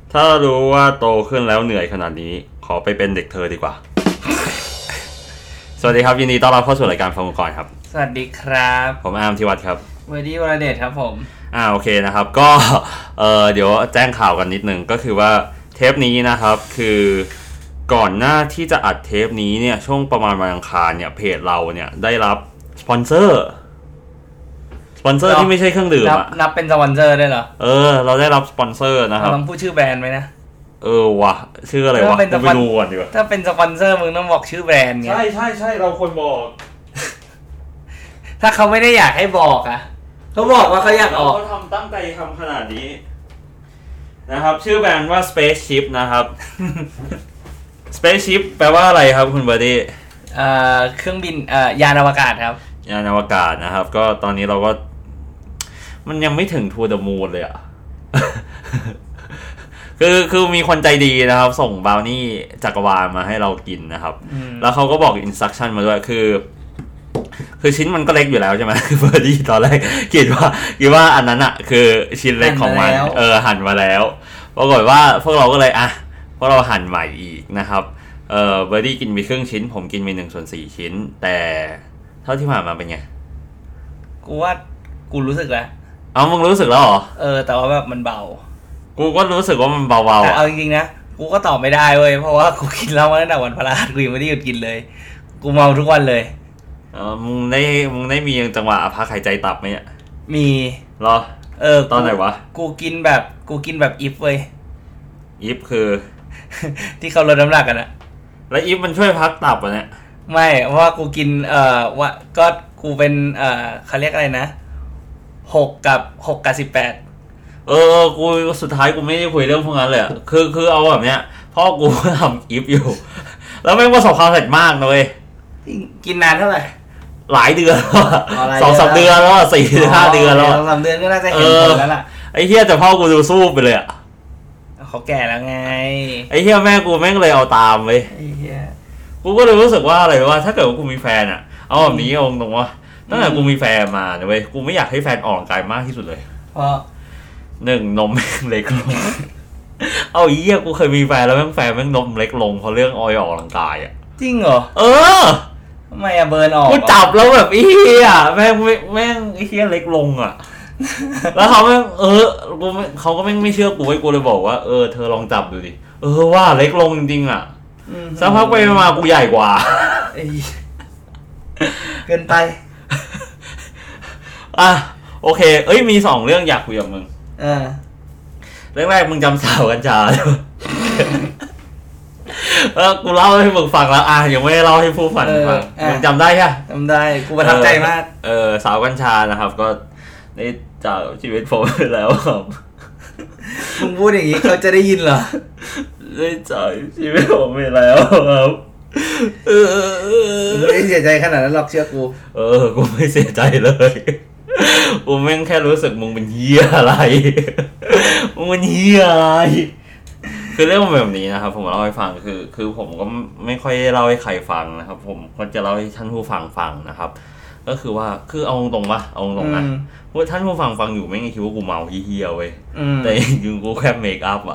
ถ้ารู้ว่าโตขึ้นแล้วเหนื่อยขนาดนี้ขอไปเป็นเด็กเธอดีกว่า สวัสดีครับยินดีต้อนรับเข้าสู่รายการฟังก่อนครับสวัสดีครับผมอาร์มธิวัฒน์ครับเวอร์ดี้วรเดชครับผมโอเคนะครับก็เดี๋ยวแจ้งข่าวกันนิดนึงก็คือว่าเทปนี้นะครับคือก่อนหน้าที่จะอัดเทปนี้เนี่ยช่วงประมาณวันอังคารเนี่ยเพจเราเนี่ยได้รับสปอนเซอร์ที่ไม่ใช่เครื่องดื่มนับเป็นสปอนเซอร์ได้เหรอเราได้รับสปอนเซอร์นะครับต้องพูดชื่อแบรนด์ไหมนะว่ะชื่ออะไรวะไปดูก่อนดีกว่าถ้าเป็นสปอนเซอร์มึงต้องบอกชื่อแบรนด์ไงใช่เราควรบอกถ้าเขาไม่ได้อยากให้บอกอ่ะเขาบอกว่าเขาอยากออกเขาทำตั้งใจทำขนาดนี้นะครับชื่อแบรนด์ว่า Spaceship นะครับ Spaceship แปลว่าอะไรครับคุณเบอร์ดี้เครื่องบินยานอวกาศครับยานอวกาศนะครับก็ตอนนี้เราก็มันยังไม่ถึง To the Moon เลยอ่ะ คือมีคนใจดีนะครับส่งบราวนี่จักรวาลมาให้เรากินนะครับแล้วเขาก็บอกอินสตรัคชั่นมาด้วยคือชิ้นมันก็เล็กอยู่แล้วใช่ไหมคือเบอร์ดี้ตอนแรกคิดว่าอันนั้นอ่ะคือชิ้นเล็กของมันหั่นมาแล้วปรากฏว่าพวกเราก็เลยพวกเราหั่นใหม่อีกนะครับเบอร์ดี้กินไปครึ่งชิ้นผมกินไป1/4 ชิ้นแต่เท่าที่ผ่านมาเป็นไงกูว่ากูรู้สึกแล้วมึงรู้สึกแล้วเหรอแต่ว่าแบบมันเบากูก็รู้สึกว่ามันเบาๆแต่เอาจริงๆนะกูก็ตอบไม่ได้เว้ยเพราะว่ากูกินเหล้ามาตั้งแต่วันพฤหัสกูยังไม่ได้หยุดกินเลยกูเมาทุกวันเลยมึงได้มีจังหวะพักหายใจตับไหมอ่ะมีเหรอตอนไหนวะกูกินแบบอิฟเว้ยอิฟคือที่เขาลดน้ำหนักกันอะแล้วอิฟมันช่วยพักตับอ่ะเนี่ยไม่เพราะว่ากูกินว่าก็กูเป็นเขาเรียกอะไรนะ6 กับ 18 กูสุดท้ายกูไม่ได้คุยเรื่องพวกนั้นเลยอ่ะคือเอาแบบเนี้ยพ่อกูทำอิฟอยู่ แล้วไม่ประสบความสำเร็จมากนะเว้ยกินนานเท่าไหร่หลายเดือน2-3 เดือนแล้ว4-5 เดือนแล้ว 2-3 เดือนก็น่าจะเห็นผลแล้วล่ะไอ้เหี้ยแต่พ่อกูดูสู้ไปเลยอ่ะเขาแก่แล้วไงไอ้เหี้ยแม่กูแม่งเลยเอาตามเว้ยไอ้เหี้ยกูก็เลยรู้สึกว่าอะไรว่าถ้าเกิดว่ากูมีแฟนอ่ะเอาแบบนี้ตรงว่าตั้งแต่กูมีแฟนมาเว้ยกูไม่อยากให้แฟนออกกำลังกายมากที่สุดเลยเพราะ 1นมแม่งเล็กลงเอาอีเหี้ยกูเคยมีแฟนแล้วแม่งนมเล็กลงเพราะเรื่องออกกำลังกายอ่ะจริงเหรอทำไมเบิร์นออกกูจับแล้วแบบอีเหี้ยแม่งไอ้เหี้ยเล็กลงอ่ะแล้วเขาแม่งเขาก็ไม่เชื่อกูไว้กูเลยบอกว่าเธอลองจับดูดิว่าเล็กลงจริงๆอ่ะสักพักไปมากูใหญ่กว่าเกินไปโอเคมี2เรื่องอยากคุยกับมึงเรื่องแรกมึงจำสาวกัญชากูเล่าให้มึงฟังแล้วยังไม่ได้เล่าให้ผู้ฟังมึงจำได้ใช่จำได้กูประทับใจมากสาวกัญชานะครับก็ได้จากชีวิตผมไปแล้วครับมึงพูดอย่างนี้เขาจะได้ยินเหรอได้จากชีวิตผมไปแล้วครับไม่ได้เสียใจขนาดนั้นหรอกเชื่อกูกูไม่เสียใจเลยกูแม่งแค่รู้สึกมึงเป็นเหี้ยอะไรมึงเป็นเหี้ยอะไรคือเรื่องมันแบบนี้นะครับผมเล่าให้ฟังคือผมก็ไม่ค่อยเล่าให้ใครฟังนะครับผมก็จะเล่าให้ท่านผู้ฟังฟังนะครับก็คือว่าคือเอาตรงๆนะว่าท่านผู้ฟังฟังอยู่ไม่คิดว่ากูเมาเหี้ยๆเว้ยแต่จริงๆกูแค่เมคอัพ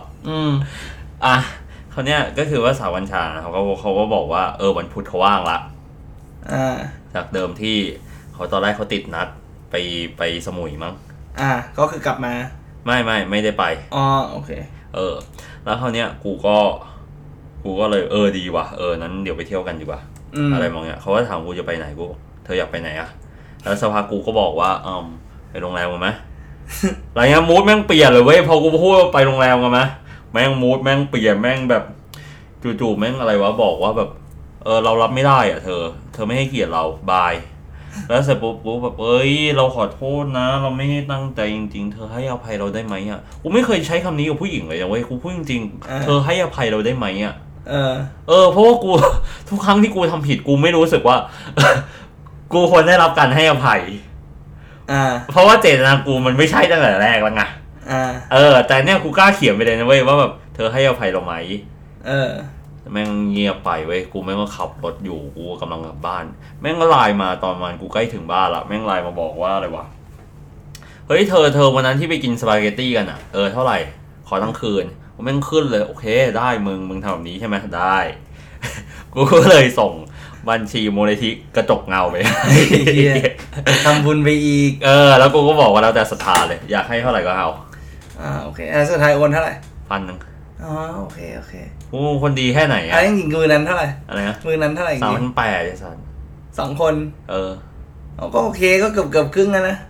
เขาเนี้ยก็คือว่าสาวกัญชาเขาก็บอกว่าวันพุธเขาว่างละจากเดิมที่เขาตอนแรกเขาติดนัดไปสมุยมั้งก็คือกลับมาไม่ได้ไปโอเคแล้วคราวเนี้ยกูก็เลยดีว่ะนั้นเดี๋ยวไปเที่ยวกันดีกว่าอะไรมองเนี้ยเขาก็ถามกูจะไปไหนกูเธออยากไปไหนอ่ะแล้วสักพักกูก็บอกว่าไปโรงแรมกันไหมอะไรเงี้ยมูดแม่งเปลี่ยนเลยเว้ยพอกูพูดไปโรงแรมกันไหมแม่งมูดแม่งเปลี่ยนแม่งแบบจู่ๆแม่งอะไรวะบอกว่าแบบเรารับไม่ได้อ่ะเธอไม่ให้เกียรติเราบายแล้วเสร็จปุ๊บกูแบบเราขอโทษนะเราไม่ได้ตั้งใจจริงๆเธอให้อภัยเราได้ไหมอ่ะกูไม่เคยใช้คำนี้กับผู้หญิงเลยนะเว้ยกูพูดจริงๆเธอให้อภัยเราได้ไหมอ่ะเพราะว่ากูทุกครั้งที่กูทำผิดกูไม่รู้สึกว่า กูควรได้รับการให้อภัยเพราะว่าเจตนากูมันไม่ใช่ตั้งแต่แรกแล้วไงแต่เนี่ยกูกล้าเขียนไปเลยนะเว้ยว่าแบบเธอให้อภัยเราไหมแม่งเงียบไปเว้ยกูแม่งก็ขับรถอยู่กูกำลังกลับบ้านแม่งก็ไลน์มาตอนมันกูใกล้ถึงบ้านละแม่งไลน์มาบอกว่าอะไรวะเฮ้ยเธอวันนั้นที่ไปกินสปาเกตตี้กันอ่ะเท่าไหร่ขอทั้งคืนแม่งขึ้นเลยโอเคได้มึงทำแบบนี้ใช่ไหมได้ กูก็เลยส่งบัญชีมูลนิธิกระจกเงาไปทำบุญไปอีกแล้วกูก็บอกว่าแล้วแต่ศรัทธาเลยอยากให้เท่าไหร่ก็เอาโอเคสุดท้ายโอนเท่าไหร่ 1,000 โอเคกูคนดีแค่ไหนจริงๆมือนั้นเท่าไหร่อะไรนะมือนั้นเท่าไหร่ 3,800จะสั่น 2คนก็โอเคก็เกือบครึ่งแล้วนะ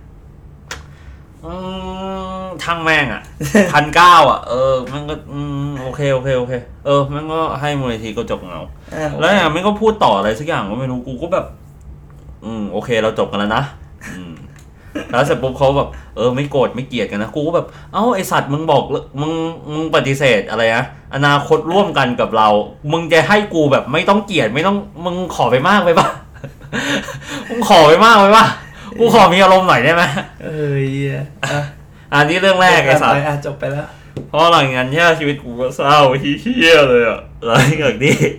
ทั้งแม่ง1,900มันก็โอเคมันก็ให้มูลนิธิกระจกเงาแล้วมันก็พูดต่ออะไรสักอย่างก็ไม่รู้กูก็แบบโอเคเราจบกันแล้วนะแล้วเสร็จปุ๊บเขาแบบไม่โกรธไม่เกลียดกันนะกูก็แบบไอสัตว์มึงบอกมึงปฏิเสธอะไรนะอนาคตร่วมกันกับเรามึงจะให้กูแบบไม่ต้องเกลียดไม่ต้องมึงขอไปมากไปป่ะ มึงขอไปมากไปป่ะกูขอมีอารมณ์หน่อยได้ไหมอันนี้เรื่องแรกไอ้สัตว์จบไปแล้วเพราะหลังจากนี้ชีวิตกูก็เศร้าเหี้ยเลยหลังจาก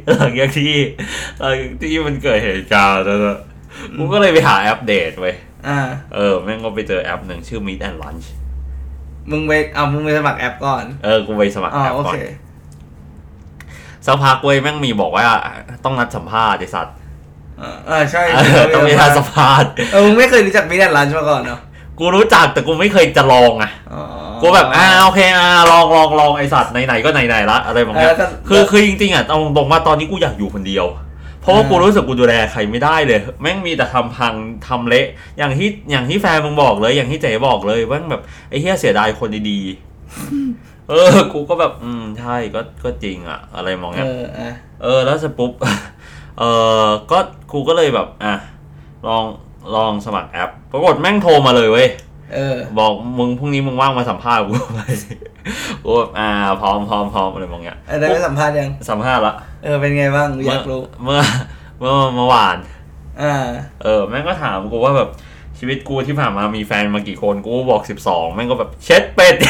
ที่มันเกิดเหตุการณ์แล้วกูก็เลยไปหาแอปเดตไว้แม่งก็ไปเจอแอปหนึ่งชื่อ Meet and Lunch มึงไปสมัครแอปก่อนกูไปสมัครแอปก่อนสักพักเว้ยแม่งมีบอกว่าต้องนัดสัมภาษณ์ไอ้สัตว์ใช่ต้องมีนัดสัมภาษณ์มึงไม่เคยรู้จัก Meet and Lunch มาก่อนเนาะกูรู้จักแต่กูไม่เคยจะลองกูแบบโอเคลองไอ้สัตว์ไหนๆก็ไหนๆละอะไรแบบนี้คือจริงๆตรงมาตอนนี้กูอยากอยู่คนเดียวเพราะว่ากูรู้สึกกูดูแลใครไม่ได้เลยแม่งมีแต่ทำพังทำเละอย่างที่แฟนมึงบอกเลยอย่างที่เจ๋บอกเลยว่าแบบไอ้เหี้ยเสียดายคนดีๆกูก็แบบใช่ก็จริงอะไรมองเงี้ยแล้วเสร็จปุ๊บก็กูก็เลยแบบลองสมัครแอปปรากฏแม่งโทรมาเลยเว้ยบอกมึงพรุ่งนี้มึงว่างมาสัมภาษณ์กูไปกูแบบพร้อมอะไรมองเงี้ยได้ไปสัมภาษณ์ยังสัมภาษณ์ละเป็นไงบ้างอยากรู้เมื่อวานแม่งก็ถามกูว่าแบบชีวิตกูที่ผ่านมามีแฟนมากี่คนกูบอก12แม่งก็แบบเช็ดเป็ด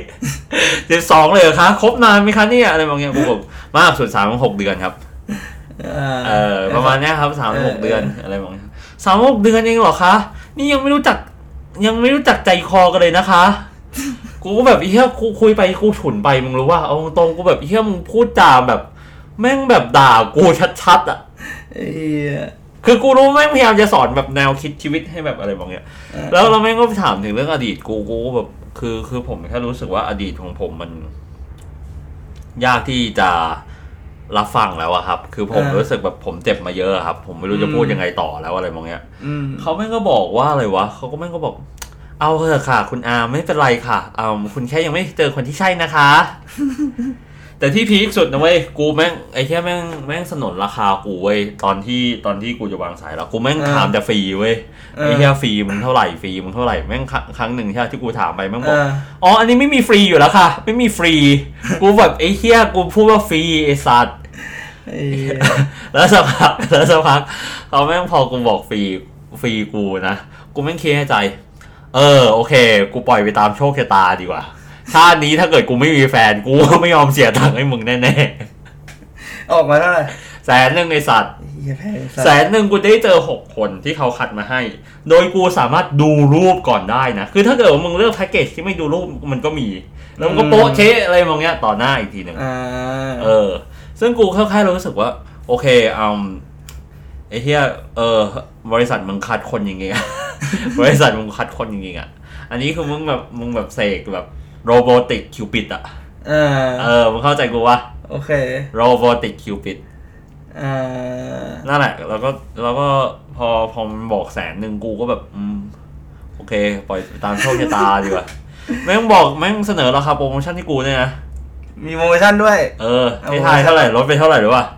12เลยเหรอคะคบนานไหมคะเนี่ยอะไรบางอย่างกูบอกมากสุด3-6 เดือนครับประมาณนี้ครับ3-6 เดือนอะไรบางอย่าง3-6 เดือนเองเหรอคะนี่ยังไม่รู้จักใจคอกันเลยนะคะกูก็แบบเฮียกูคุยไปกูฉุนไปมึงรู้ว่าเอาตรงกูแบบเฮียมึงพูดจาแบบแม่งแบบด่ากูชัดๆคือกูรู้แม่งพยายามจะสอนแบบแนวคิดชีวิตให้แบบอะไรบางอย่างแล้วเราแม่งก็ถามถึงเรื่องอดีตกูแบบคือผมแค่รู้สึกว่าอดีตของผมมันยากที่จะรับฟังแล้วครับคือผมรู้สึกแบบผมเจ็บมาเยอะครับผมไม่รู้จะพูดยังไงต่อแล้วอะไรบางอย่างเขาแม่งก็บอกว่าอะไรวะเขาก็แม่งก็บอกเอาเถอะค่ะคุณอาไม่เป็นไรค่ะคุณแค่ยังไม่เจอคนที่ใช่นะคะ แต่ที่พีคสุดนะเว้ยกูแม่งไอ้แค่แม่งสนนราคากูเว้ยตอนที่กูจะวางสายแล้วกูแม่งถามจะฟรีเว้ยไอ้แค่ฟรีมึงเท่าไหร่แม่งครั้งหนึ่งใช่ที่กูถามไปแม่งบอกอันนี้ไม่มีฟรีอยู่แล้วค่ะไม่มีฟรีกูแบบไอ้เหี้ยกูพูดว่าฟรีไอ้สัตว์แล้วสักพักเขาแม่งพอกูบอกฟรีกูนะกูแม่งคิดในใจโอเคกูปล่อยไปตามโชคชะตาดีกว่าชาตินี้ถ้าเกิดกูไม่มีแฟนกูไม่ยอมเสียตังค์ให้มึงแน่ๆออกมาเท่าไหร่ 100,000ไอ้สัตว์100,000กูได้เจอ6คนที่เขาคัดมาให้โดยกูสามารถดูรูปก่อนได้นะคือถ้าเกิดว่ามึงเลือกแพ็กเกจที่ไม่ดูรูปมันก็มีแล้วมันก็โป๊ะเชะอะไรมองเงี้ยต่อหน้าอีกทีนึงซึ่งกูแค่รู้สึกว่าโอเคไอ้เหี้ยบริษัทมึงคัดคนอย่างเงี้ยบริษัทมึงคัดคนอย่างเงี้ยอันนี้คือมึงแบบเสกแบบโรบอติกคิวปิดมึงเข้าใจกูวะโอเคโรบอติกคิวปิดนั่นแหละแล้วก็พอมันบอก100,000กูก็แบบโอเคปล่อยตามโชคชะตาดีกว่าแม่งเสนอราคาโปรโมชั่นที่กูเนี่ยนะมีโปรโมชั่นด้วยให้ทายเท่าไหร่ลดไปเท่าไหร่หรือวะ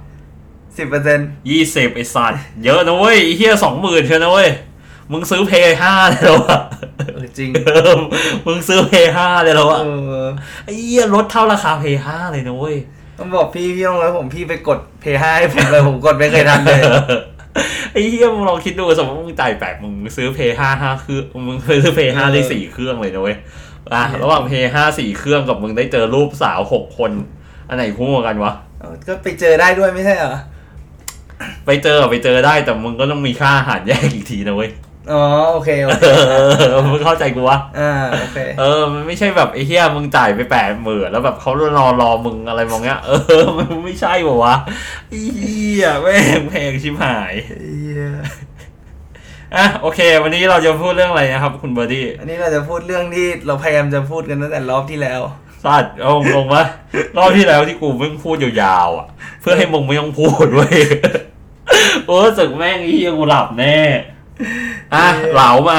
10% 20ไอ้สัตว์เยอะนะเว้ยไอ้เหี้ย 20,000 เชียวนะเว้ยมึงซื้อเพย์5เลยเหรอวะจริงมึงซื้อเพย์5เลยเหรอวะไอ้เหี้ยลดเท่าราคาเพย์5เลยนะเว้ยต้องบอกพี่ต้องแล้วพี่ไปกดเพย์5ให้ผมเลยผมกดไม่เคยทันเลยไอ้เหี้ยมึงลองคิดดูสมมติมึงจ่าย8มึงซื้อเพย์5คือมึงซื้อเพย์5ได้4เครื่องเลยนะเว้ยระหว่างเพย์5 4เครื่องกับมึงได้เจอรูปสาว6คนอันไหนคุ้มกว่ากันวะก็ไปเจอได้ด้วยไม่ใช่เหรอไปเจอได้แต่มึงก็ต้องมีค่าอาหารแยกอีกทีนะเว้ยอ๋อโอเคมึงเข้าใจกูวะโอเคมันไม่ใช่แบบไอ้เหี้ยมึงจ่ายไป80,000แล้วแบบเขารอมึงอะไรมองเงี้ยมันไม่ใช่ป่ะวะไอ้เหี้ยแม่งแพงชิบหายโอเควันนี้เราจะพูดเรื่องอะไรนะครับคุณเบอร์ดี้อันนี้เราจะพูดเรื่องที่เราพยายามจะพูดกันตั้งแต่รอบที่แล้วสัตว์เอาลงมารอบที่แล้วที่กูเพิ่งพูดยาวๆอ่ะเพื่อให้มึงไม่ต้องพูดเว้ยโอ้สึกแม่งไอ้เหี้ยกูหลับแน่เหลามา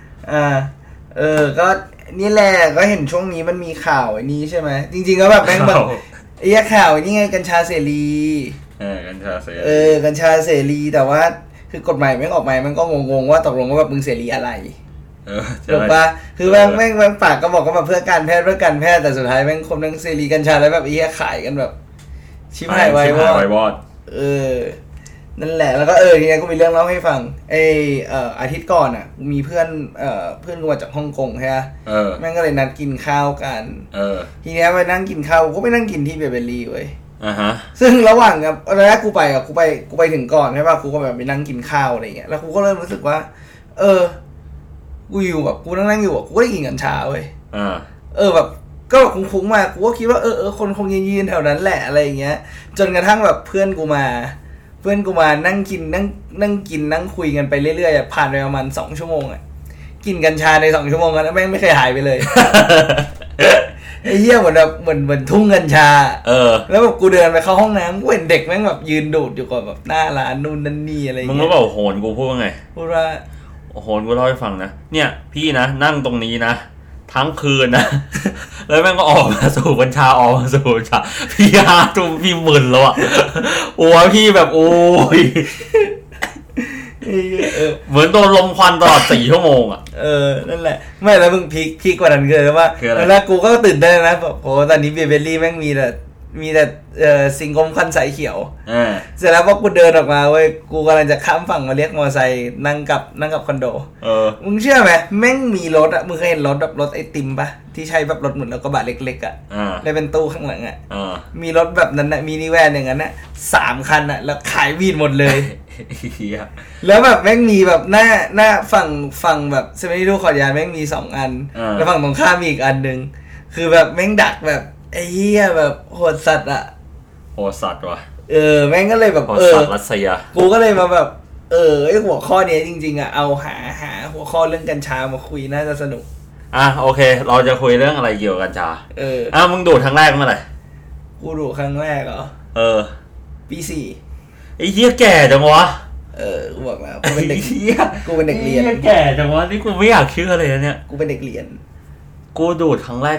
ก็นี่แหละก็เห็นช่วงนี้มันมีข่าวไอ้นี้ใช่ไหมจริงๆก็แบบแม่งแบบไอ้ข่าวนี่ไงกัญชาเสรีกัญชาเสรีกัญชาเสรีแต่ว่าคือกฎหมายแม่งออกมามันก็งงๆว่าตกลงว่าแบบมึงเสรีอะไรถูกปะคือแม่งปากก็บอกก็มาเพื่อการแพทย์แต่สุดท้ายแม่งคนนั่งเสรีกัญชาแล้วแบบขายกันแบบชิบหายไววอดนั่นแหละแล้วก็ทีนี้ก็มีเรื่องเล่าให้ฟังอาทิตย์ก่อนอ่ะมีเพื่อนกูมาจากฮ่องกงใช่ไหมแม่งก็เลยนัดกินข้าวกันทีนี้ไปนั่งกินข้าวก็ไปนั่งกินที่เบเบอร์ลี่เว้ยซึ่งระหว่างกับตอนแรกกูไปถึงก่อนใช่ป่ะกูก็แบบไปนั่งกินข้าวอะไรเงี้ยแล้วกูก็เริ่มรู้สึกว่ากูอยู่แบบกูนั่งอยู่กูก็ได้กินกัญชาเว้ยแบบก็คุ้งๆมากูก็คิดว่าคนคงยืนแถวนั้นแหละอะไรอย่างเงี้ยจนกระทั่งแบบเพื่อนกูมานั่งกินนั่งคุยกันไปเรื่อยๆผ่านไปประมาณ2 ชั่วโมงอ่ะกินกัญชาใน2 ชั่วโมงกันแม่งไม่เคยหายไปเลยไอ้เหี้ยเหมือนทุ่งกัญชาแล้วแบบกูเดินไปเข้าห้องน้ำกูเห็นเด็กแม่งแบบยืนดูดอยู่กับแบบหน้าร้านนู่นนั่นนี่อะไรอย่างเงี้ยมึงรู้เปล่าโหนกูพูดว่าไงพูดว่าโหนกูเล่าให้ฟังนะเนี่ยพี่นะนั่งตรงนี้นะทั้งคืนนะแล้วแม่งก็ออกมาสู่กัญชาพี่ทุ่มพี่มึนแล้วอ่ะโอ้พี่แบบโอ้ยเหมือนโดนลมควันตลอด4 ชั่วโมงอ่ะนั่นแหละไม่แล้วมึงพีคกว่านั้นเลยว่าแล้วกูก็ตื่นเต้นนะแบบโหตอนนี้เบเบอร์ลี่แม่งมีแต่สิงคมคันสายเขียวเสร็จแล้วพอกูเดินออกมาเว้ยกูกำลังจะข้ามฝั่งมาเรียกมอไซค์นั่งกับคอนโดมึงเชื่อไหมแม่งมีรถอ่ะมึงเคยเห็นรถแบบรถไอติมปะที่ใช้แบบรถเหมือนรถกระบะเล็กๆอ่ะแล้วเป็นตู้ข้างหลังอ่ะมีรถแบบนั้นนะมินิแวนอย่างนั้นน่ะ3 คันอ่ะแล้วขายวีดหมดเลยแล้วแบบแม่งมีแบบหน้าฝั่งแบบเซเว่นทูขอดยาแม่งมี2 อันแล้วฝั่งตรงข้ามมีอีกอันนึงคือแบบแม่งดักแบบไอ้เหี้ยแบบโหดสัตว์อะโหดสัตว์ว่ะแม่งก็เลยแบบโหดสัตว์รัสเซียกูก็เลยมาแบบไอ้หัวข้อนี้จริงๆอะเอาหาหัวข้อเรื่องกัญชามาคุยน่าจะสนุกโอเคเราจะคุยเรื่องอะไรเกี่ยวกับกัญชามึงดูดครั้งแรกเมื่อไหร่กูดูดครั้งแรกเหรอปี 4 ไอ้เหี้ยแก่จังวะกูบอกแล้วกูเป็นเด็กกูเป็นเด็กเรียนแก่จังวะนี่กูไม่อยากเชื่อเลยนะเนี่ยกูเป็นเด็กเรียนกูดูดครั้งแรก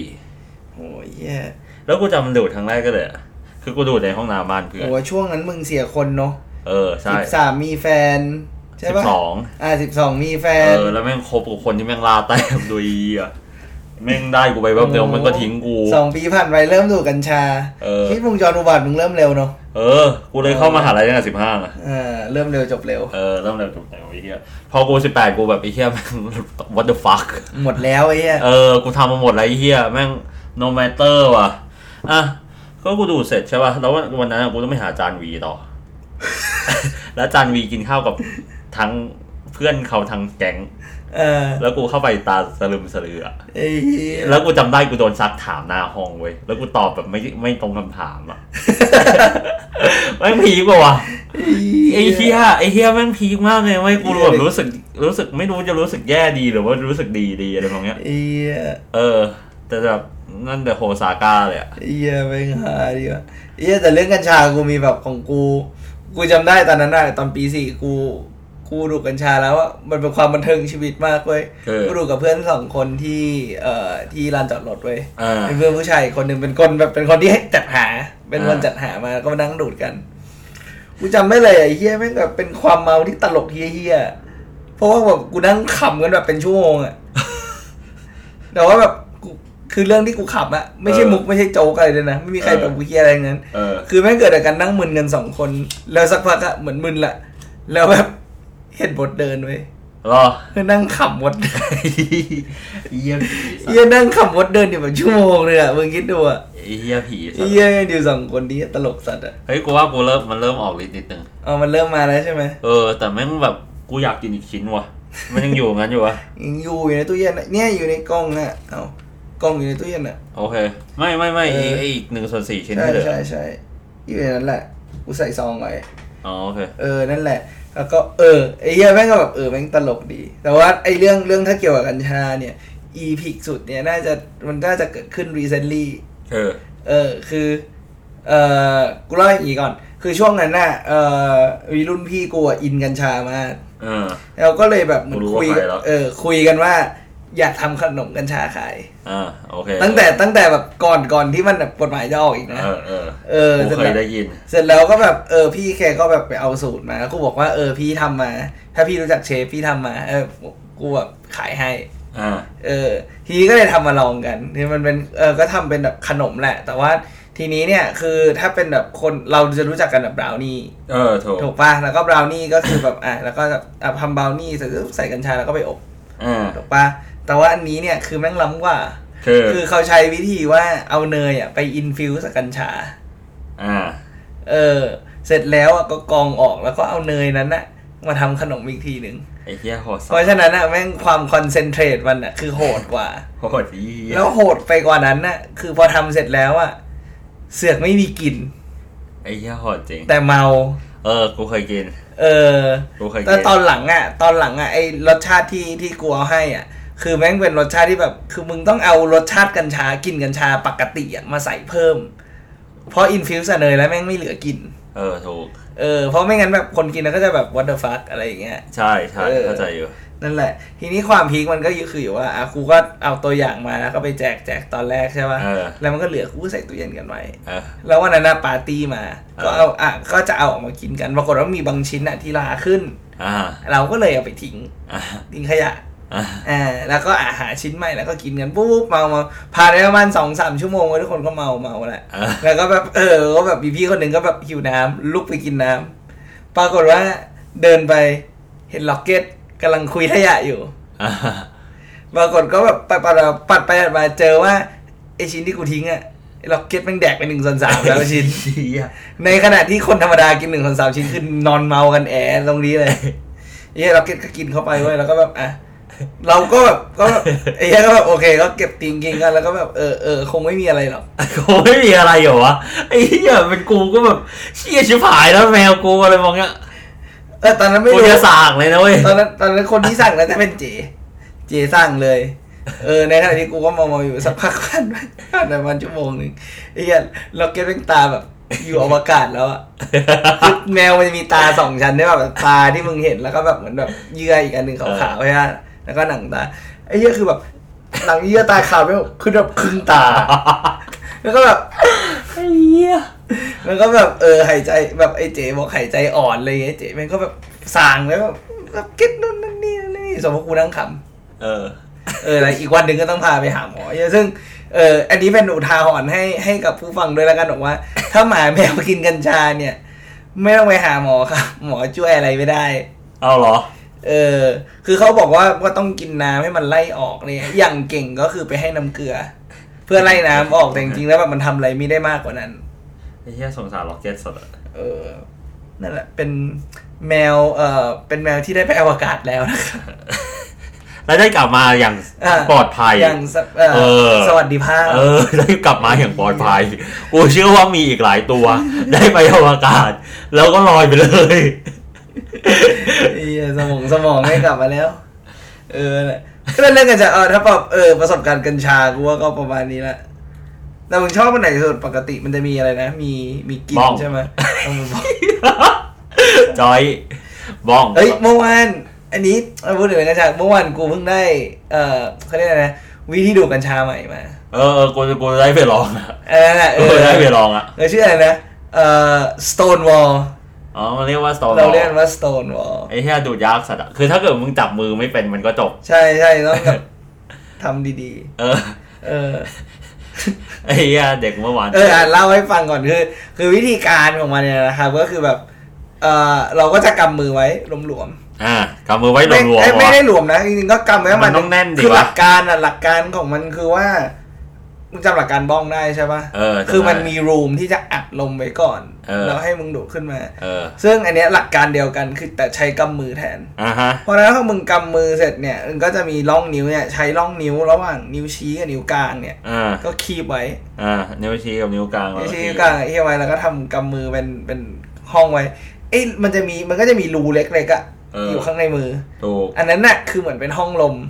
14 โอ้ยแย่แล้วกูจำมันดูดครั้งแรกก็เลยคือกูดูดในห้องน้ำบ้านเพื่อนโอ้ช่วงนั้นมึงเสียคนเนาะใช่ 13มีแฟนใช่ป่ะ12มีแฟนแล้วแม่งคบกับคนที่แม่งลาแต้มดูอีอ่ะแม่งได้กูไปแบบเดียวมันก็ทิ้งกู 2 ปีผ่านไปเริ่มดูดกัญชาคิดวงจรอุบัติมึงเริ่มเร็วเนาะกูเลยเข้ามหาลัยตั้งแต่15 อ่ะเริ่มเร็วจบเร็วเริ่มเร็วจบเร็วไอ้เหี้ยพอกู18กูแบบไอ้เหี้ยแม่ง what the fuck หมดแล้วไอ้เหี้ยกูทำมาหมดแล้วไอ้เหี้ยแม่ง no matter ว่ะก็กูดูเสร็จใช่ป่ะแล้ววันนั้นกูต้องไปหาจานวีต่อ แล้วจานวีกินข้าวกับทั้งเพื่อนเขาทั้งแก๊งแล้วกูเข้าไปตาสลึมสลือแล้วกูจำได้กูโดนซักถามหน้าห้องเว้ยแล้วกูตอบแบบไม่ตรงคำถามอ่ะ แม่งพีกว่ะไอ้เหี้ยแม่งพีกมากเลยเว้ยกูแบบรู้สึกไม่รู้จะรู้สึกแย่ดีหรือว่ารู้สึกดีอะไรแบบเนี้ยแต่แบบนั่นแต่โฮซาก้าเลยอ่ะไม่หาดีว่ะแต่เรื่องกัญชากูมีแบบของกูจำได้ตอนนั้นน่ะตอนปี 4กูดูกัญชาแล้วว่ามันเป็นความบันเทิงชีวิตมากเว้ยกูดูกับเพื่อน2 คนที่ลานจอดรถเว้ยเป็นเพื่อนผู้ชายคนนึงเป็นคนที่ให้จัดหาเป็นคนจัดหามาก็มานั่งดูดกันกูจำไม่เลยไอ้เหี้ยแม่งแบบเป็นความเมาที่ตลกเหี้ยเพราะว่าแบบกูนั่งขำกันแบบเป็นชั่วโมงอ่ะแต่ว่าแบบคือเรื่องที่กูขำอะไม่ใช่มุกไม่ใช่โจ๊กอะไรเลยนะไม่มีใครแบบวิเคราะห์อะไรงั้นคือแม่งเกิดจากการนั่งมึนกัน2 คนแล้วสักพักอะเหมือนมึนแหละแล้วแบบเห็นบทเดินไว้คือนั่งขำบทเยี่ยนั่งขำบทเดินอยู่แบบชั่วโมงเลยอะมึงคิดดูอะเยี่ยผีเยี่ยอยู่2 คนนี้ตลกสัตว์อะเฮ้ยกูว่ามันเริ่มออกฤทธิ์นิดนึงมันเริ่มมาแล้วใช่ไหมแต่แม่งแบบกูอยากกินอีกชิ้นว่ะมันยังอยู่งั้นอยู่วะยังอยู่ในตู้เย็นเนี่ยอยู่ในกล่องน่ะเอากล่องอยู่ในตู้เย็นน่ะโอเคไม่อีก1/4ชิ้นที่เหลือใช่อยู่ในนั้นแหละกูใส่ซองไว้อ๋อโอเคนั่นแหละแล้วก็ไอ้เหี้ยแม่งก็แบบแม่งตลกดีแต่ว่าไอ้เรื่องถ้าเกี่ยวกับกัญชาเนี่ยอีพิกสุดเนี่ยมันน่าจะเกิดขึ้น recently คือกูเล่าอย่างนี้ก่อนคือช่วงนั้นน่ะมีรุ่นพี่กูอินกัญชามากแล้วก็เลยแบบมันคุยกันว่าอยากทำขนมกัญชาขายโอเคตั้งแต่แบบก่อนที่มันแบบกฎหมายจะออกอีกนะกูเคยได้ยินเสร็จแล้วก็แบบพี่แกก็แบบไปเอาสูตรมากูบอกว่าพี่ทำมาถ้าพี่รู้จักเชฟพี่ทำมากูแบบขายให้ทีนี้ก็เลยทำมาลองกันที่มันเป็นก็ทำเป็นแบบขนมแหละแต่ว่าทีนี้เนี่ยคือถ้าเป็นแบบคนเราจะรู้จักกันแบบบราวนี่ถูกป่ะแล้วก็บราวนี่ก็คือแบบแล้วก็ทำบราวนี่ใส่กัญชาแล้วก็ไปอบถูกป่ะแต่ว่าอันนี้เนี่ยคือแม่งล้ำกว่าคือเขาใช้วิธีว่าเอาเนยไปอินฟิวส์กับกัญชาเสร็จแล้วก็กรองออกแล้วก็เอาเนยนั้นนะมาทำขนมอีกทีหนึ่งไอ้เหี้ยโหดเพราะฉะนั้นแม่งความคอนเซนเทรตมันคือโหดกว่าโหดแล้วโหดไปกว่านั้นคือพอทำเสร็จแล้วเสือกไม่มีกลิ่นไอ้เหี้ยโหดจริงแต่เมากูเคยกินกูเคยกินแต่ตอนหลังไอ้รสชาติที่กูเอาให้คือแม่งเป็นรสชาติที่แบบคือมึงต้องเอารสชาติกัญชากินกัญชาปกติมาใส่เพิ่มเพราะอินฟิวส์เนยแล้วแม่งไม่เหลือกลิ่นถูกเพราะไม่งั้นแบบคนกินแล้วก็จะแบบ what the fuck อะไรอย่างเงี้ยใช่เข้าใจอยู่นั่นแหละทีนี้ความพีคมันก็คืออยู่ว่ากูก็เอาตัวอย่างมาแล้วก็ไปแจกตอนแรกใช่ป่ะแล้วมันก็เหลือกูใส่ตู้เย็นกันไว้แล้ววันนั้นปาร์ตี้มาก็เอาก็จะเอาออกมากินกันปรากฏว่ามีบางชิ้นที่ราขึ้นเราก็เลยเอาไปทิ้งขยะแล้วก็หาชิ้นใหม่แล้วก็กินกันปุ๊บเมาผ่านไปประมาณ 2-3 ชั่วโมงทุกคนก็เมาแหละแล้วก็แบบก็แบบพี่คนหนึ่งก็แบบหิวน้ำลุกไปกินน้ำปรากฏว่าเดินไปเห็นล็อกเก็ตกำลังคุยขยะอยู่ปรากฏก็แบบปัดไปมาเจอว่าไอชิ้นที่กูทิ้งล็อกเก็ตมันแดกไป1/3แล้วชิ้นในขณะที่คนธรรมดากิน1/3ชิ้นคือนอนเมากันตรงนี้เลยล็อกเก็ตก็กินเข้าไปเว้ยแล้วก็แบบเราก็แบบไอ้เหี้ยก็แบบโอเคก็เก็บติงกินกันแล้วก็แบบคงไม่มีอะไรหรอกคงไม่มีอะไรหรอวะไอ้เหี้ยเป็นกูก็แบบเชี่ยชิบหายแล้วแมวกูอะไรมองเงี้ยตอนนั้นไม่รู้จะสั่งเลยนะเว้ยตอนนั้นคนที่สั่งน่าจะเป็นเจสั่งเลยในขณะที่กูก็มองอยู่สักพักผ่านประมาณชั่วโมงนึงไอ้เหี้ยเราเก็บเป็นตาแบบอยู่อวกาศแล้วคือแมวมันจะมีตา2ชั้นได้แบบตาที่มึงเห็นแล้วก็แบบเหมือนแบบเยื่ออีกอันนึงขาวๆใช่มั้ยแล้วก็หนังตาไอ้เหี้ยคือแบบหนังเยื่อตาขาวไม่คือแบบครึ่งตาแล้วก็แบบไอ้เหี้ยแล้วก็แบบหายใจแบบไอ้เจ๋บอกหายใจอ่อนเลยไอ้เจ๋มันก็แบบสั่งแล้วแบบเก็ตนู่นนั่นนี่สมมติกูนั่งขำแล้วอีกวันนึงก็ต้องพาไปหาหมอซึ่งอันนี้เป็นอุทาหรณ์ให้กับผู้ฟังด้วยแล้วกันบอกว่าถ้าหมาแมวกินกัญชาเนี่ยไม่ต้องไปหาหมอครับหมอช่วยอะไรไม่ได้เอาเหรอคือเขาบอกว่าต้องกินน้ำให้มันไล่ออกเนี่ยอย่างเก่งก็คือไปให้น้ำเกลือเพื่อไล่น้ำออกแต่จริงๆแล้วแบบมันทำอะไรไม่ได้มากกว่านั้นไอ้เหี้ยสงสารล็อกเก็ตสดนั่นแหละเป็นแมวเป็นแมวที่ได้ไปอวกาศแล้วนะครับแล้วได้กลับมาอย่างปลอดภัยอย่างสวัสดิภาพได้กลับมาอย่างปลอดภัยกูเชื่อว่ามีอีกหลายตัวได้ไปอวกาศแล้วก็ลอยไปเลยสมองไม่กลับมาแล้วก็เล่นกันจะถ้าแบบประสบการณ์กัญชากูว่าก็ประมาณนี้ละแต่มึงชอบมันไหนสุดปกติมันจะมีอะไรนะมีกินใช่ไหมจอยบ้องเมื่อวานอันนี้พูดถึงกัญชาเมื่อวานกูเพิ่งได้เขาเรียกอะไรนะวิธีดูกัญชาใหม่มากูได้ไปลองได้ไปลองชื่ออะไรนะStonewall มันเรียกว่า Stonewall เราเรียกว่า Stonewall ไอ้เหี้ยดูดยากสัตว์คือถ้าเกิดมึงจับมือไม่เป็นมันก็จบใช่ต้องแบบทำดีๆไอ้เหี้ยเด็กเมื่อวานเล่าให้ฟังก่อนคือวิธีการของมันเนี่ยนะครับก็คือแบบเราก็จะกำมือไว้หลวมกำมือไว้หลวมไม่ได้หลวมนะจริงๆก็กำไว้มันต้องแน่นดิคือหลักการของมันคือว่ามึงจำหลักการบ้องได้ใช่ป่ะคือมันมีรูมที่จะอัดลมไว้ก่อนแล้วให้มึงดูดขึ้นมาซึ่งอันเนี้ยหลักการเดียวกันคือแต่ใช้กำมือแทนเพราะฉะนั้นถ้ามึงกำมือเสร็จเนี่ยมึงก็จะมีร่องนิ้วเนี่ยใช้ร่องนิ้วระหว่างนิ้วชี้กับนิ้วกลางเนี่ยก็คีบไว้นิ้วชี้กับนิ้วกลางนิ้วชี้นิ้วกลางคีบไว้แล้วก็ทำกำมือเป็นห้องไว้มันก็จะมีรูเล็กๆอ่ะอยู่ข้างในมืออันนั้นน่ะคือเหมือนเป็นห้องลม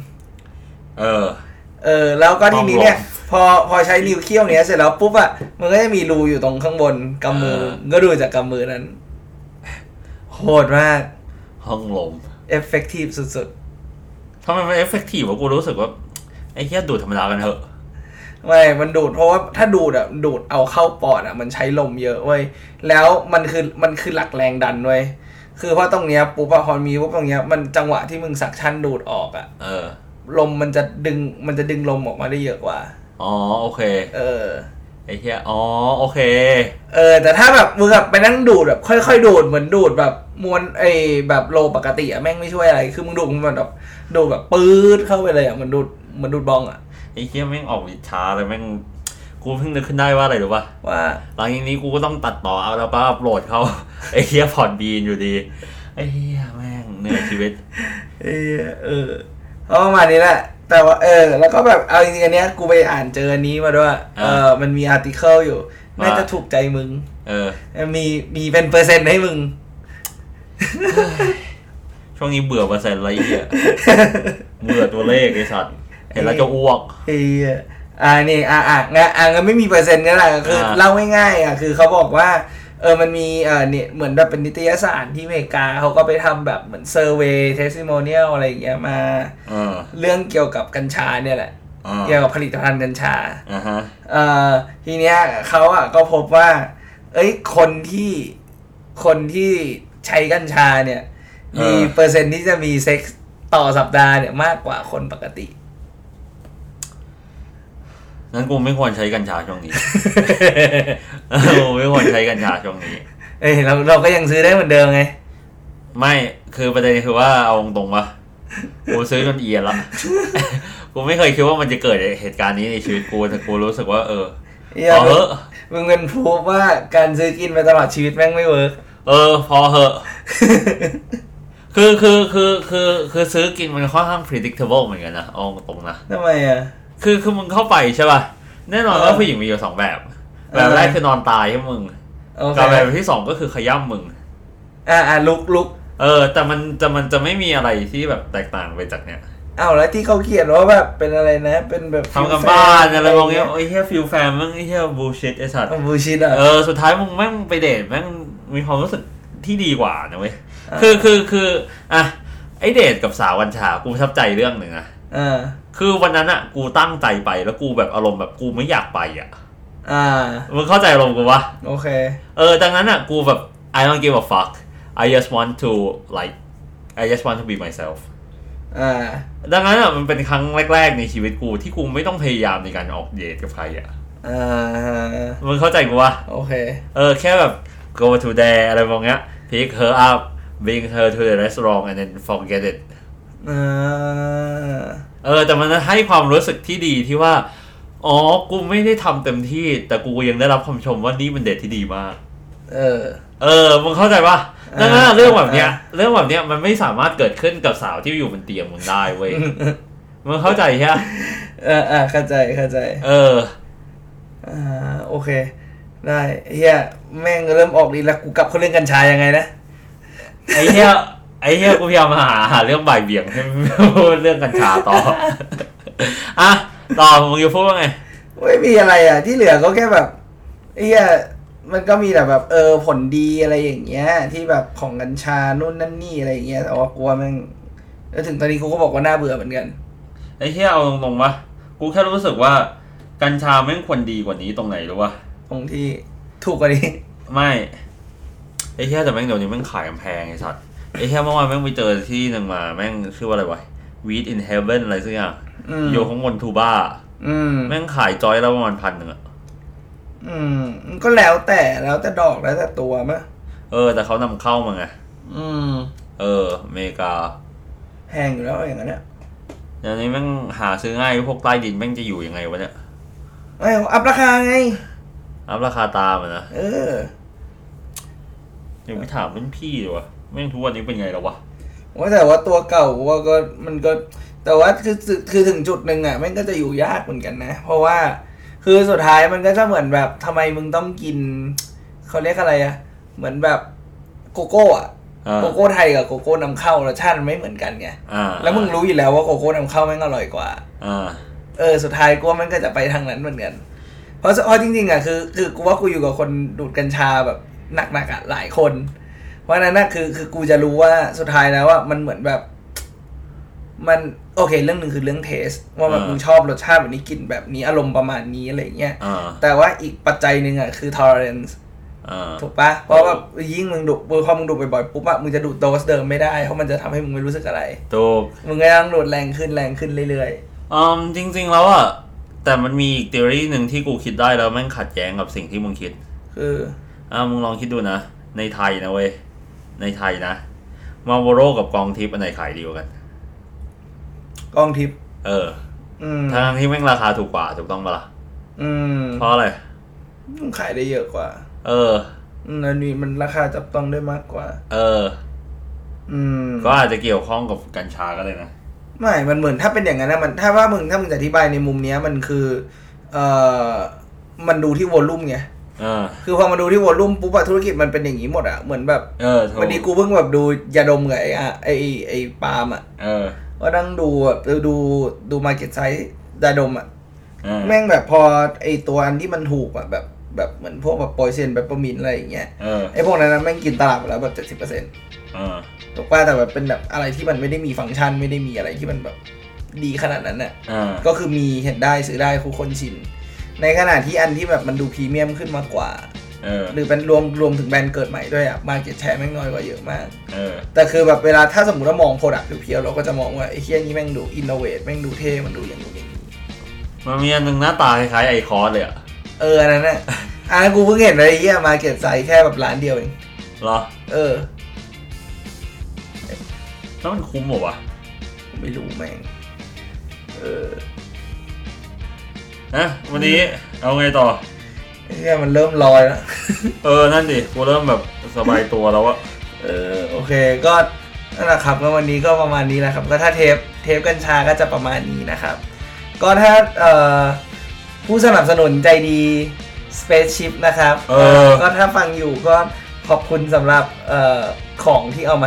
แล้วก็ทีนี้เนี่ยพอใช้นิ้วเคี้ยวเนี้ยเสร็จแล้วปุ๊บอ่ะมันก็จะมีรูอยู่ตรงข้างบนกำมือก็ดูจากกำมือนั้นโหดมากห้องลมเอฟเฟกตีฟสุดๆทำไมมันเอฟเฟกตีฟวะกูรู้สึกว่าไอ้แค่ดูดธรรมดากันเถอะไม่มันดูดเพราะว่าถ้าดูดเอาเข้าปอดอ่ะมันใช้ลมเยอะเว้ยแล้วมันคือหลักแรงดันเว้ยคือเพราะตรงเนี้ยปุ๊บพอมีปุ๊บตรงเนี้ยมันจังหวะที่มึงสักชั่นดูดออกอ่ะลมมันจะดึงลมออกมาได้เยอะกว่าโอเคไอ้เหี้ยโอเคแต่ถ้าแบบมึงแบบไปนั่งดูดแบบค่อยๆดูดเหมือนดูดแบบมวลแบบโลปกติอ่ะแม่งไม่ช่วยอะไรคือมึงดูดมันแบบดูดแบบปื๊ดเข้าไปเลยอ่ะเหมือนดูดบองอ่ะไอ้เหี้ยแม่งออกวิชาเลยแม่งกูเพิ่งนึกขึ้นได้ว่าอะไรรู้ป่ะว่าหลังจากนี้กูก็ต้องตัดต่อเอาแล้วก็อัปโหลดเข้าไอ้เหี้ยพอดบีนอยู่ดีไอ้เหี้ยแม่งเหนื่อยชีวิตประมาณนี้แหละแต่ว่าแล้วก็แบบเอาจริงๆอันเนี้ยกูไปอ่านเจออันนี้มาด้วยมันมีอาร์ติเคิลอยู่น่าจะถูกใจมึงมีเป็นเปอร์เซ็นต์ให้มึงช่วงนี้เบื่อเปอร์เซ็นต์อะไรเงี้ยเบื่อตัวเลขไอ้สัตว์เห็นแล้วจะอ้วกนี่งั้นไม่มีเปอร์เซ็นต์ก็ได้คือเล่าง่ายๆคือเขาบอกว่ามันมีเนี่ยเหมือนแบบเป็นนิตยสารที่อเมริกาเขาก็ไปทำแบบเหมือนเซอร์เวย์เทสติโมเนียลอะไรอย่างเงี้ยมาเรื่องเกี่ยวกับกัญชาเนี่ยแหละเกี่ยวกับผลิตภัณฑ์กัญชาทีเนี้ยเขาก็พบว่าคนที่ใช้กัญชาเนี่ยมีเปอร์เซ็นต์ที่จะมีเซ็กส์ต่อสัปดาห์เนี่ยมากกว่าคนปกติงั้นกูไม่ควรใช้กัญชาช่วงนี้กูไม่ควรใช้กัญชาช่วงนี้เราก็ยังซื้อได้เหมือนเดิมไงไม่คือประเด็นคือว่าเอาตรงๆว่ากูซื้อจนเอียนละกูไม่เคยคิดว่ามันจะเกิดเหตุการณ์นี้ในชีวิตกูแต่กูรู้สึกว่าพอเหอะมึงเป็นพูดว่าการซื้อกินไปตลอดชีวิตแม่งไม่เวิร์กพอเหอะคือซื้อกินมันค่อนข้าง predictable เหมือนกันนะเอาตรงนะทำไมอ่ะคือมึงเข้าไปใช่ป่ะแน่นอนว่าผู้หญิงมีอยู่2แบบแรกคือนอนตายให้มึงกับแบบที่2ก็คือขย้ำมึงลุกแต่มันจะไม่มีอะไรที่แบบแตกต่างไปจากเนี้ยแล้วที่เขาเขียนว่าแบบเป็นอะไรนะเป็นแบบทำกับบ้านอะไรมองเงี้ยไอ้เหี้ยฟิลแฟมมึงไอ้เหี้ยบูชิตไอ้สัตว์บูชิตสุดท้ายมึงแม่งไปเดทแม่งมีความรู้สึกที่ดีกว่านะเว้ยคือไอเดทกับสาวกัญชากูประทับใจเรื่องหนึ่งคือวันนั้นกูตั้งใจไปแล้วกูแบบอารมณ์แบบกูไม่อยากไปมึงเข้าใจอารมณ์กูปะโอเคดังนั้นกูแบบ I don't give a fuck I just want to like I just want to be myself ดังนั้นมันเป็นครั้งแรกๆในชีวิตกูที่กูไม่ต้องพยายามในการออกเดทกับใครมึงเข้าใจกูปะโอเคแค่แบบ go to there อะไรมองเงี้ย pick her up bring her to the restaurant and then forget it แต่มันให้ความรู้สึกที่ดีที่ว่ากูไม่ได้ทำเต็มที่แต่กูยังได้รับคำชมว่านี่เป็นเดทที่ดีมากมึงเข้าใจปะนั่นเรื่องแบบเนี้ยมันไม่สามารถเกิดขึ้นกับสาวที่อยู่บนเตียงมึงได้เว้ยมึงเข้าใจใช่ไหมเข้าใจโอเคได้เฮียแม่งเริ่มออกดีแล้วกูกลับเขาเรื่องกัญชายังไงนะไอ้เฮียกูพยายามหาเรื่องบ่ายเบี่ยงให้พูดเรื่องกัญชาต่อต่อมึงจะพูดว่าไงไม่มีอะไรที่เหลือก็แค่แบบเฮียมันก็มีแต่แบบผลดีอะไรอย่างเงี้ยที่แบบของกัญชานู่นนั่นนี่อะไรอย่างเงี้ยแต่ว่ากลัวแม่งแล้วถึงตอนนี้กูก็บอกว่าน่าเบื่อเหมือนกันไอ้เฮียเอาตรงๆวะกูแค่รู้สึกว่ากัญชาแม่งควรดีกว่านี้ตรงไหนรู้ป่ะตรงที่ถูกกว่านี้ไม่ไอ้เฮียแต่แม่งเดี๋ยวนี้แม่งขายแพงไอ้สัตว์ไอ้เฮียเมื่อวานแม่งไปเจอที่นึงมาแม่งชื่อว่าอะไรวะ Weed in Heaven อะไรสักอย่างอยู่ข้างบนทูบ้าแม่งขายจอยแล้วประมาณ 1,000 อ่ะก็แล้วแต่ดอกแล้วแต่ตัวมั้ยแต่เขานำเข้ามาไงอเมริกาแพงอยู่แล้วอย่างนั้นเนี่ยอย่างนี้แม่งหาซื้อง่ายพวกใต้ดินแม่งจะอยู่ยังไงวะเนี่ยไม่อัพราคาไงอัพราคาตามอ่ะนะยังไม่ถามรุ่นพี่เลยวะแม่งทุกวันนี้เป็นไงแล้ววะว่าแต่ว่าตัวเก่าว่าก็มันก็แต่ว่าคือถึงจุดนึงอ่ะแม่งก็จะอยู่ยากเหมือนกันนะเพราะว่าคือสุดท้ายมันก็จะเหมือนแบบทำไมมึงต้องกินเขาเรียกอะไรอ่ะเหมือนแบบโกโก้อ่ะโกโก้ไทยกับโกโก้นำเข้ารสชาติมันไม่เหมือนกันไงแล้วมึงรู้อยู่แล้วว่าโกโก้นำเข้าแม่งอร่อยกว่าสุดท้ายกูว่ามันก็จะไปทางนั้นเหมือนกันเพราะจริงๆอ่ะคือกูว่ากูอยู่กับคนดูดกัญชาแบบหนักๆอ่ะหลายคนเพราะนั้นน่ะคือกูจะรู้ว่าสุดท้ายแล้วว่ามันเหมือนแบบมันโอเคเรื่องนึงคือเรื่องเทสว่าแบบมึงชอบรสชาติแบบนี้กินแบบนี้อารมณ์ประมาณนี้อะไรเงี้ยแต่ว่าอีกปัจจัยนึงอ่ะคือ tolerance ถูกปะเพราะว่ายิ่งมึงดูพอมึงดูบ่อยๆปุ๊บอะมึงจะดูดโดสเดิมไม่ได้เพราะมันจะทำให้มึงไม่รู้สึกอะไรถูกมึงก็ต้องดูดแรงขึ้นเรื่อยๆจริงๆแล้วอะแต่มันมีอีก theory นึงที่กูคิดได้แล้วแม่งขัดแย้งกับสิ่งที่มึงคิดคือมึงลองคิดดูนะในไทยนะเว้ยในไทยนะMarlboro กับกองทิพย์อันไหนขายดีกว่ากันกองทิพย์ทั้งที่แม่งราคาถูกกว่าถูกต้องปะล่ะเพราะอะไรขายได้เยอะกว่าอันนี้มันราคาจับต้องได้มากกว่าก็อาจจะเกี่ยวข้องกับกัญชาก็เลยนะไม่มันเหมือนถ้าเป็นอย่างนั้นนะมันถ้ามึงจะอธิบายในมุมนี้มันคือมันดูที่วอลลุ่มไงคือพอมาดูที่วอลลุ่มปุ๊บธุรกิจมันเป็นอย่างนี้หมดอ่ะเหมือนแบบวันนี้กูเพิ่งแบบดูยาดมกับไอ้ปาล์มอ่ะก็นั่งดูแบบดูมาร์เก็ตไซส์ยาดมอ่ะแม่งแบบพอไอ้ตัวอันที่มันถูกอ่ะแบบเหมือนพวกแบบโปรเซนแบบปอมินอะไรอย่างเงี้ยไอ้พวกนั้นแม่งกินตลาดไปแล้วแบบ 70%ถูกป่ะแต่แบบเป็นแบบอะไรที่มันไม่ได้มีฟังก์ชันไม่ได้มีอะไรที่มันแบบดีขนาดนั้นน่ะก็คือมีเห็นได้ซื้อได้คู่คนชินในขณะที่อันที่แบบมันดูพรีเมียมขึ้นมากกว่าหรือเป็นรวมถึงแบรนด์เกิดใหม่ด้วยอ่ะมาร์เก็ตแชร์แม่งน้อยกว่าเยอะมากแต่คือแบบเวลาถ้าสมมติว่ามองโปรดักต์เพียวๆเราก็จะมองว่าไอ้เหี้ยนี้แม่งดูอินโนเวทแม่งดูเท่มันดูอย่างนี้มันมีอันนึงหน้าตาคล้ายๆไอคอนเลยอ่ะอันนั้นน่ะกูเพิ่งเห็นเลยไอ้เหี้ยมาร์เก็ตไซส์แค่แบบร้านเดียวเองเหรอแล้วมันคุ้มหรอวะไม่รู้แม่งวันนี้เอาไงต่อเนี่ยมันเริ่มลอยแล้วนั่นดิกูเริ่มแบบสบายตัวแล้วอะโอเคก็นั่นแหละครับก็วันนี้ก็ประมาณนี้แหละครับก็ถ้าเทปกัญชาก็จะประมาณนี้นะครับก็ถ้าผู้สนับสนุนใจดี Spaceship นะครับก็ถ้าฟังอยู่ก็ขอบคุณสำหรับของที่เอามา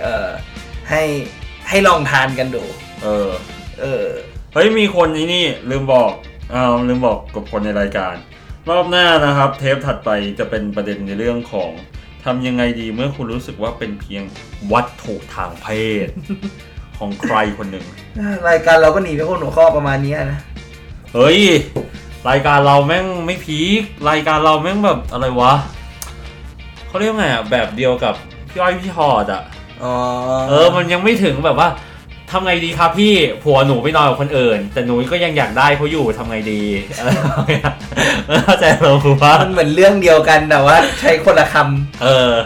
ให้ลองทานกันดูเฮ้ยมีคนนี่ลืมบอกกับคนในรายการรอบหน้านะครับเทปถัดไปจะเป็นประเด็นในเรื่องของทำยังไงดีเมื่อคุณรู้สึกว่าเป็นเพียงวัตถุทางเพศ ของใครคนหนึ่งรายการเราก็หนีไปคนหัวข้อประมาณนี้นะเฮ้ยรายการเราแม่งไม่พีครายการเราแม่งแบบอะไรวะเขาเรียกไงอ่ะแบบเดียวกับพี่อ้อยพี่หอดอ่ะมันยังไม่ถึงแบบว่าทำไงดีครับพี่ผัวหนูไปนอนกับคนอื่นแต่หนูก็ยังอยากได้เขาอยู่ทำไงดีอะไรเข้าใจเราคือว่ามันเหมือนเรื่องเดียวกันแต่ว่าใช้คนละคำ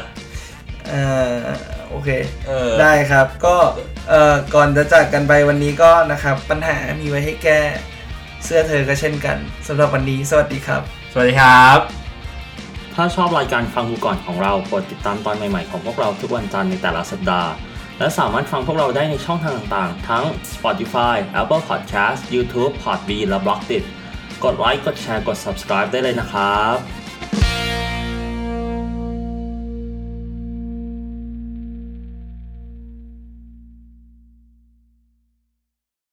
โอเคได้ครับก็ก่อนจะจากกันไปวันนี้ก็นะครับปัญหามีไว้ให้แก้เสื้อเธอก็เช่นกันสำหรับวันนี้สวัสดีครับสวัสดีครับถ้าชอบรายการฟังกูก่อนของเรากดติดตามตอนใหม่ๆของพวกเราทุกวันจันทร์ในแต่ละสัปดาห์และสามารถฟังพวกเราได้ในช่องทางต่างๆทั้ง Spotify, Apple Podcast, YouTube, Podbean และ Blogdit กดไลค์กดแชร์กด Subscribe ได้เลยนะครับ